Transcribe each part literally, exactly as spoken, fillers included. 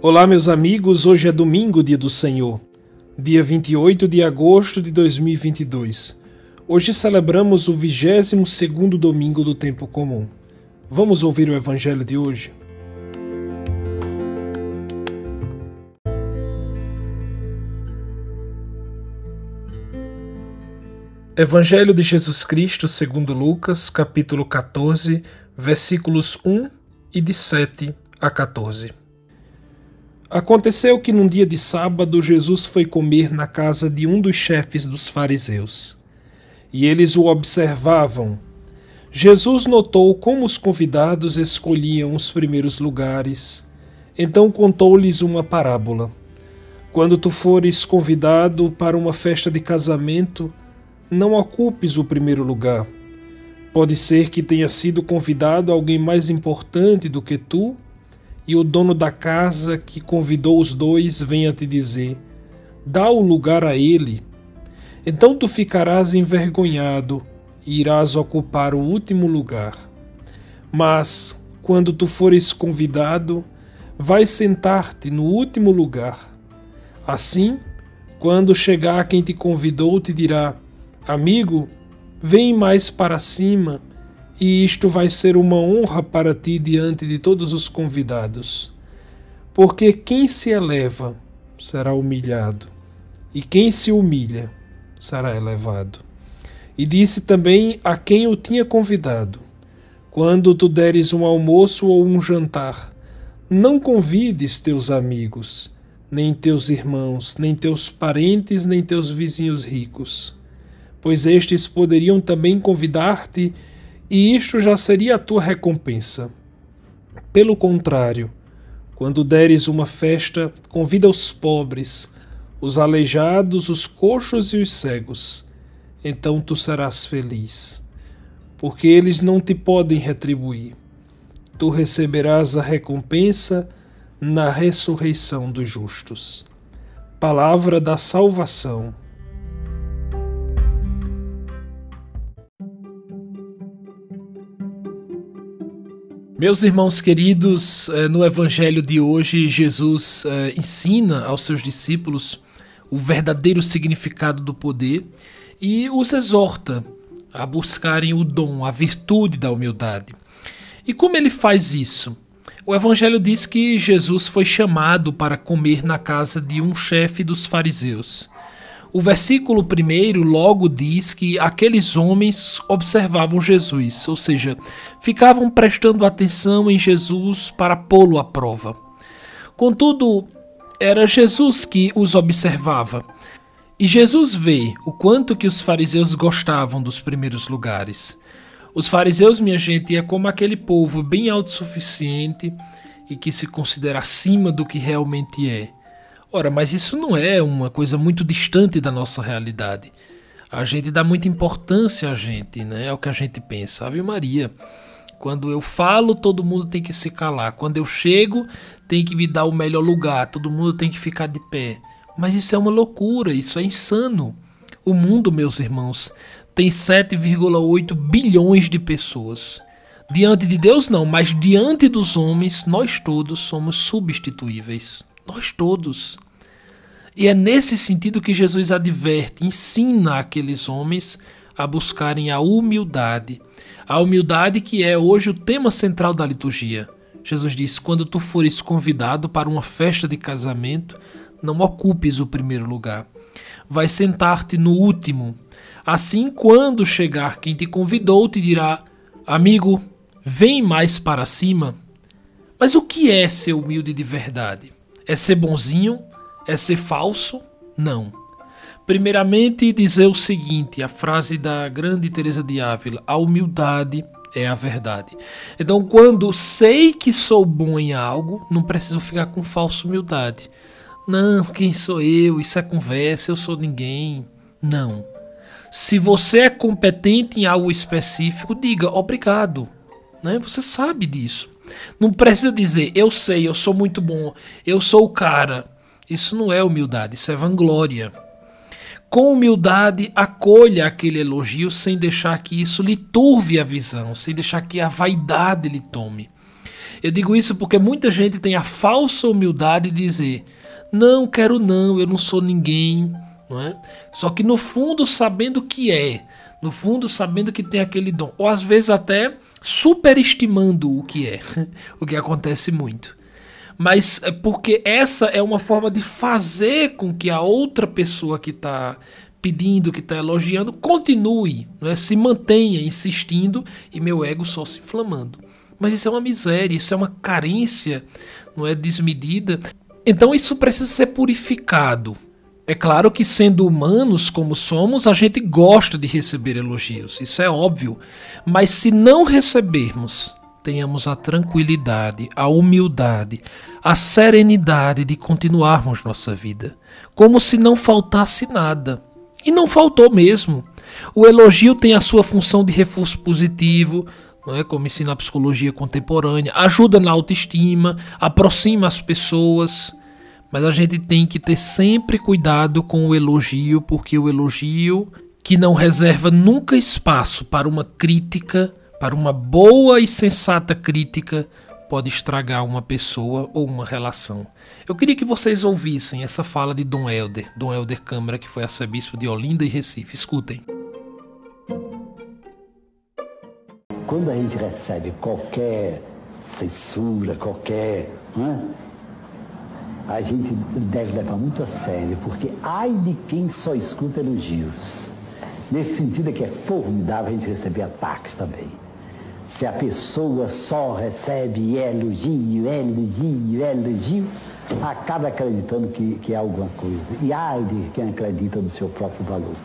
Olá, meus amigos, hoje é domingo, dia do Senhor, dia vinte e oito de agosto de dois mil e vinte e dois. Hoje celebramos o vigésimo segundo domingo do tempo comum. Vamos ouvir o evangelho de hoje? Evangelho de Jesus Cristo segundo Lucas, capítulo quatorze, versículos um e de sete a quatorze. Aconteceu que num dia de sábado Jesus foi comer na casa de um dos chefes dos fariseus. E eles o observavam. Jesus notou como os convidados escolhiam os primeiros lugares. Então contou-lhes uma parábola. Quando tu fores convidado para uma festa de casamento, não ocupes o primeiro lugar. Pode ser que tenha sido convidado alguém mais importante do que tu, e o dono da casa que convidou os dois venha te dizer: dá o lugar a ele. Então tu ficarás envergonhado e irás ocupar o último lugar. Mas, quando tu fores convidado, vai sentar-te no último lugar. Assim, quando chegar quem te convidou, te dirá: amigo, vem mais para cima, e isto vai ser uma honra para ti diante de todos os convidados. Porque quem se eleva será humilhado, e quem se humilha será elevado. E disse também a quem o tinha convidado: quando tu deres um almoço ou um jantar, não convides teus amigos, nem teus irmãos, nem teus parentes, nem teus vizinhos ricos, pois estes poderiam também convidar-te, e isto já seria a tua recompensa. Pelo contrário, quando deres uma festa, convida os pobres, os aleijados, os coxos e os cegos. Então tu serás feliz, porque eles não te podem retribuir. Tu receberás a recompensa na ressurreição dos justos. Palavra da salvação. Meus irmãos queridos, no evangelho de hoje, Jesus ensina aos seus discípulos o verdadeiro significado do poder e os exorta a buscarem o dom, a virtude da humildade. E como ele faz isso? O evangelho diz que Jesus foi chamado para comer na casa de um chefe dos fariseus. O versículo primeiro logo diz que aqueles homens observavam Jesus, ou seja, ficavam prestando atenção em Jesus para pô-lo à prova. Contudo, era Jesus que os observava. E Jesus vê o quanto que os fariseus gostavam dos primeiros lugares. Os fariseus, minha gente, é como aquele povo bem autossuficiente e que se considera acima do que realmente é. Ora, mas isso não é uma coisa muito distante da nossa realidade. A gente dá muita importância a gente, né? É o que a gente pensa. Ave Maria, quando eu falo, todo mundo tem que se calar. Quando eu chego, tem que me dar o melhor lugar. Todo mundo tem que ficar de pé. Mas isso é uma loucura, isso é insano. O mundo, meus irmãos, tem sete vírgula oito bilhões de pessoas. Diante de Deus não, mas diante dos homens, nós todos somos substituíveis. Nós todos. E é nesse sentido que Jesus adverte, ensina aqueles homens a buscarem a humildade. A humildade que é hoje o tema central da liturgia. Jesus diz: quando tu fores convidado para uma festa de casamento, não ocupes o primeiro lugar. Vai sentar-te no último. Assim, quando chegar quem te convidou, te dirá: amigo, vem mais para cima. Mas o que é ser humilde de verdade? É ser bonzinho? É ser falso? Não. Primeiramente, dizer o seguinte, a frase da grande Teresa de Ávila: a humildade é a verdade. Então, quando sei que sou bom em algo, não preciso ficar com falsa humildade. Não, quem sou eu? Isso é conversa, eu sou ninguém. Não. Se você é competente em algo específico, diga obrigado. Né? Você sabe disso. Não precisa dizer, eu sei, eu sou muito bom, eu sou o cara. Isso não é humildade, isso é vanglória. Com humildade, acolha aquele elogio sem deixar que isso lhe turve a visão, sem deixar que a vaidade lhe tome. Eu digo isso porque muita gente tem a falsa humildade de dizer: não, quero não, eu não sou ninguém, não é? Só que no fundo sabendo que é, no fundo sabendo que tem aquele dom, ou às vezes até superestimando o que é, o que acontece muito. Mas é porque essa é uma forma de fazer com que a outra pessoa que está pedindo, que está elogiando, continue, não é? Se mantenha insistindo e meu ego só se inflamando. Mas isso é uma miséria, isso é uma carência, não é, desmedida. Então isso precisa ser purificado. É claro que, sendo humanos como somos, a gente gosta de receber elogios, isso é óbvio. Mas se não recebermos, tenhamos a tranquilidade, a humildade, a serenidade de continuarmos nossa vida, como se não faltasse nada. E não faltou mesmo. O elogio tem a sua função de reforço positivo, não é? Como ensina a psicologia contemporânea, ajuda na autoestima, aproxima as pessoas. Mas a gente tem que ter sempre cuidado com o elogio, porque o elogio que não reserva nunca espaço para uma crítica, para uma boa e sensata crítica, pode estragar uma pessoa ou uma relação. Eu queria que vocês ouvissem essa fala de Dom Helder, Dom Helder Câmara, que foi arcebispo de Olinda e Recife. Escutem. Quando a gente recebe qualquer censura, qualquer... Né, a gente deve levar muito a sério, porque ai de quem só escuta elogios. Nesse sentido é que é formidável a gente receber ataques também. Se a pessoa só recebe elogio, elogio, elogio, acaba acreditando que, que é alguma coisa. E ai de quem acredita do seu próprio valor.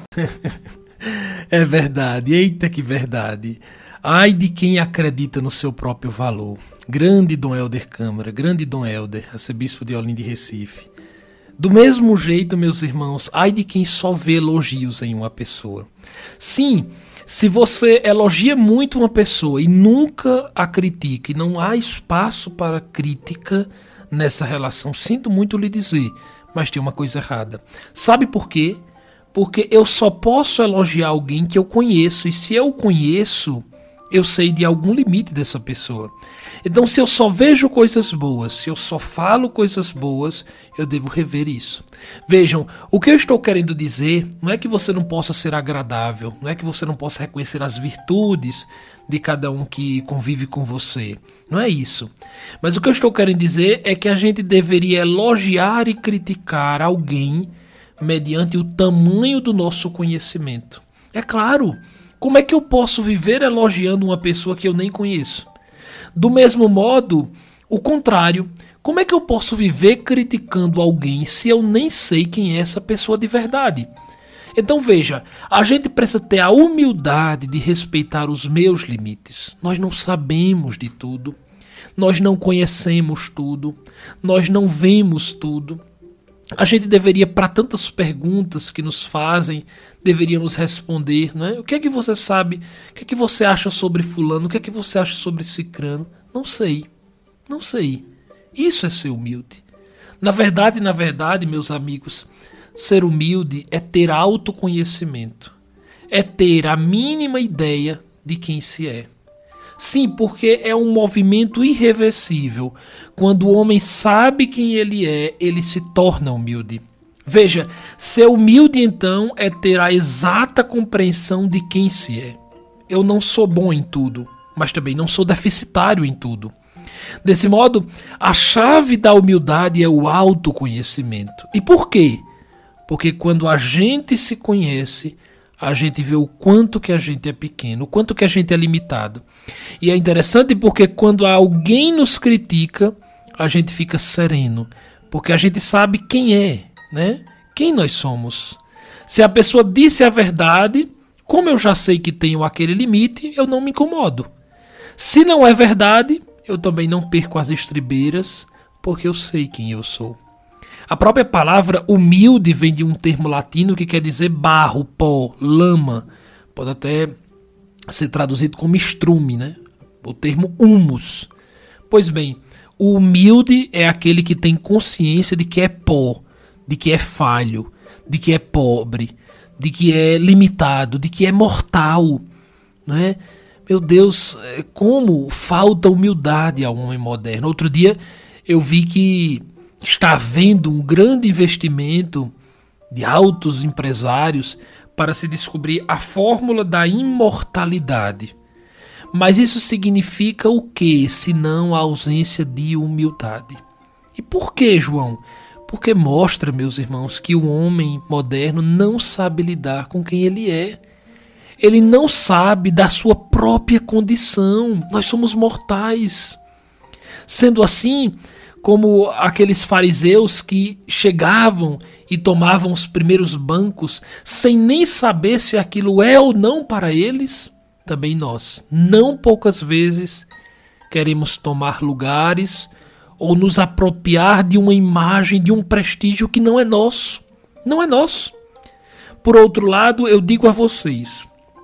É verdade, eita que verdade. Ai de quem acredita no seu próprio valor. Grande Dom Helder Câmara, grande Dom Helder, arcebispo de Olinda e Recife. Do mesmo jeito, meus irmãos, ai de quem só vê elogios em uma pessoa. Sim, se você elogia muito uma pessoa e nunca a critica, e não há espaço para crítica nessa relação, sinto muito lhe dizer, mas tem uma coisa errada. Sabe por quê? Porque eu só posso elogiar alguém que eu conheço, e se eu conheço, eu sei de algum limite dessa pessoa. Então, se eu só vejo coisas boas, se eu só falo coisas boas, eu devo rever isso. Vejam, o que eu estou querendo dizer não é que você não possa ser agradável, não é que você não possa reconhecer as virtudes de cada um que convive com você. Não é isso. Mas o que eu estou querendo dizer é que a gente deveria elogiar e criticar alguém mediante o tamanho do nosso conhecimento. É claro, como é que eu posso viver elogiando uma pessoa que eu nem conheço? Do mesmo modo, o contrário, como é que eu posso viver criticando alguém se eu nem sei quem é essa pessoa de verdade? Então veja, a gente precisa ter a humildade de respeitar os meus limites. Nós não sabemos de tudo, nós não conhecemos tudo, nós não vemos tudo. A gente deveria, para tantas perguntas que nos fazem, deveríamos responder, não é? O que é que você sabe? O que é que você acha sobre fulano? O que é que você acha sobre cicrano? Não sei, não sei. Isso é ser humilde. Na verdade, na verdade, meus amigos, ser humilde é ter autoconhecimento. É ter a mínima ideia de quem se é. Sim, porque é um movimento irreversível. Quando o homem sabe quem ele é, ele se torna humilde. Veja, ser humilde então é ter a exata compreensão de quem se é. Eu não sou bom em tudo, mas também não sou deficitário em tudo. Desse modo, a chave da humildade é o autoconhecimento. E por quê? Porque quando a gente se conhece, a gente vê o quanto que a gente é pequeno, o quanto que a gente é limitado. E é interessante porque quando alguém nos critica, a gente fica sereno, porque a gente sabe quem é, né? Quem nós somos. Se a pessoa disse a verdade, como eu já sei que tenho aquele limite, eu não me incomodo. Se não é verdade, eu também não perco as estribeiras, porque eu sei quem eu sou. A própria palavra humilde vem de um termo latino que quer dizer barro, pó, lama. Pode até ser traduzido como estrume, né? O termo humus. Pois bem, o humilde é aquele que tem consciência de que é pó, de que é falho, de que é pobre, de que é limitado, de que é mortal, não é? Meu Deus, como falta humildade ao homem moderno. Outro dia eu vi que está havendo um grande investimento de altos empresários para se descobrir a fórmula da imortalidade. Mas isso significa o quê, senão a ausência de humildade? E por que, João? Porque mostra, meus irmãos, que o homem moderno não sabe lidar com quem ele é. Ele não sabe da sua própria condição. Nós somos mortais. Sendo assim, como aqueles fariseus que chegavam e tomavam os primeiros bancos sem nem saber se aquilo é ou não para eles, também nós, não poucas vezes, queremos tomar lugares ou nos apropriar de uma imagem, de um prestígio que não é nosso. Não é nosso. Por outro lado, eu digo a vocês,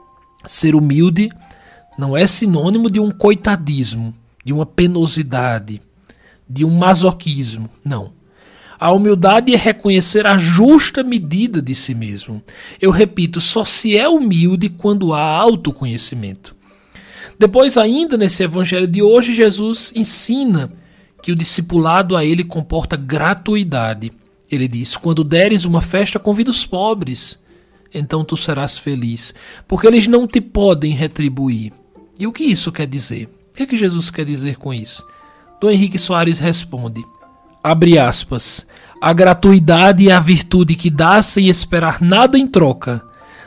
ser humilde não é sinônimo de um coitadismo, de uma penosidade, de um masoquismo. Não. A humildade é reconhecer a justa medida de si mesmo. Eu repito, só se é humilde quando há autoconhecimento. Depois, ainda nesse evangelho de hoje, Jesus ensina que o discipulado a ele comporta gratuidade. Ele diz, quando deres uma festa, convida os pobres. Então tu serás feliz, porque eles não te podem retribuir. E o que isso quer dizer? O que é que Jesus quer dizer com isso? Dom Henrique Soares responde, abre aspas, a gratuidade é a virtude que dá sem esperar nada em troca.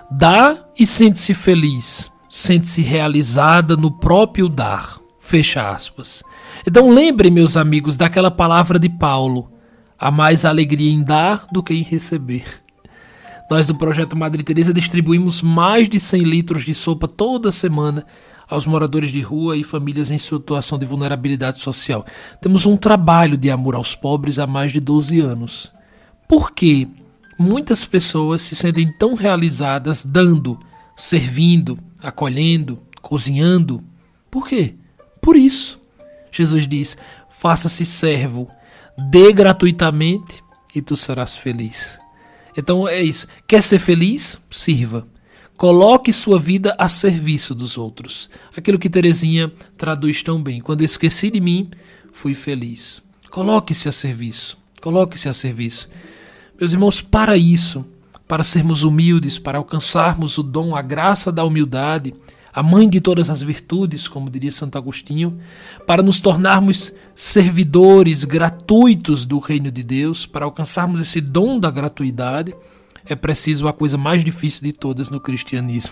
Dá e sente-se feliz, sente-se realizada no próprio dar. Fecha aspas. Então lembrem, meus amigos, daquela palavra de Paulo, há mais alegria em dar do que em receber. Nós do Projeto Madre Teresa distribuímos mais de cem litros de sopa toda semana aos moradores de rua e famílias em situação de vulnerabilidade social. Temos um trabalho de amor aos pobres há mais de doze anos. Por quê? Muitas pessoas se sentem tão realizadas dando, servindo, acolhendo, cozinhando. Por quê? Por isso. Jesus diz, faça-se servo, dê gratuitamente e tu serás feliz. Então é isso. Quer ser feliz? Sirva. Coloque sua vida a serviço dos outros. Aquilo que Teresinha traduz tão bem. Quando esqueci de mim, fui feliz. Coloque-se a serviço. Coloque-se a serviço. Meus irmãos, para isso, para sermos humildes, para alcançarmos o dom, a graça da humildade, a mãe de todas as virtudes, como diria Santo Agostinho, para nos tornarmos servidores gratuitos do reino de Deus, para alcançarmos esse dom da gratuidade, é preciso a coisa mais difícil de todas no cristianismo.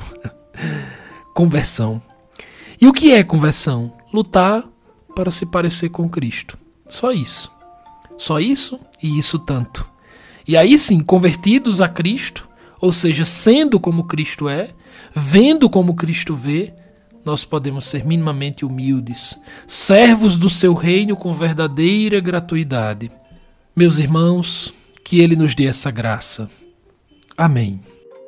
Conversão. E o que é conversão? Lutar para se parecer com Cristo. Só isso. Só isso e isso tanto. E aí sim, convertidos a Cristo, ou seja, sendo como Cristo é, vendo como Cristo vê, nós podemos ser minimamente humildes, servos do seu reino com verdadeira gratuidade. Meus irmãos, que Ele nos dê essa graça. Amém.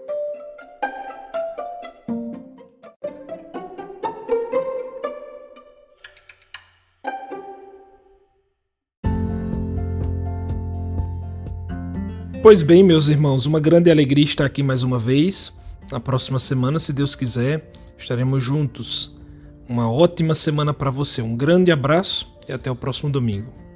Pois bem, meus irmãos, uma grande alegria estar aqui mais uma vez. Na próxima semana, se Deus quiser, estaremos juntos. Uma ótima semana para você. Um grande abraço e até o próximo domingo.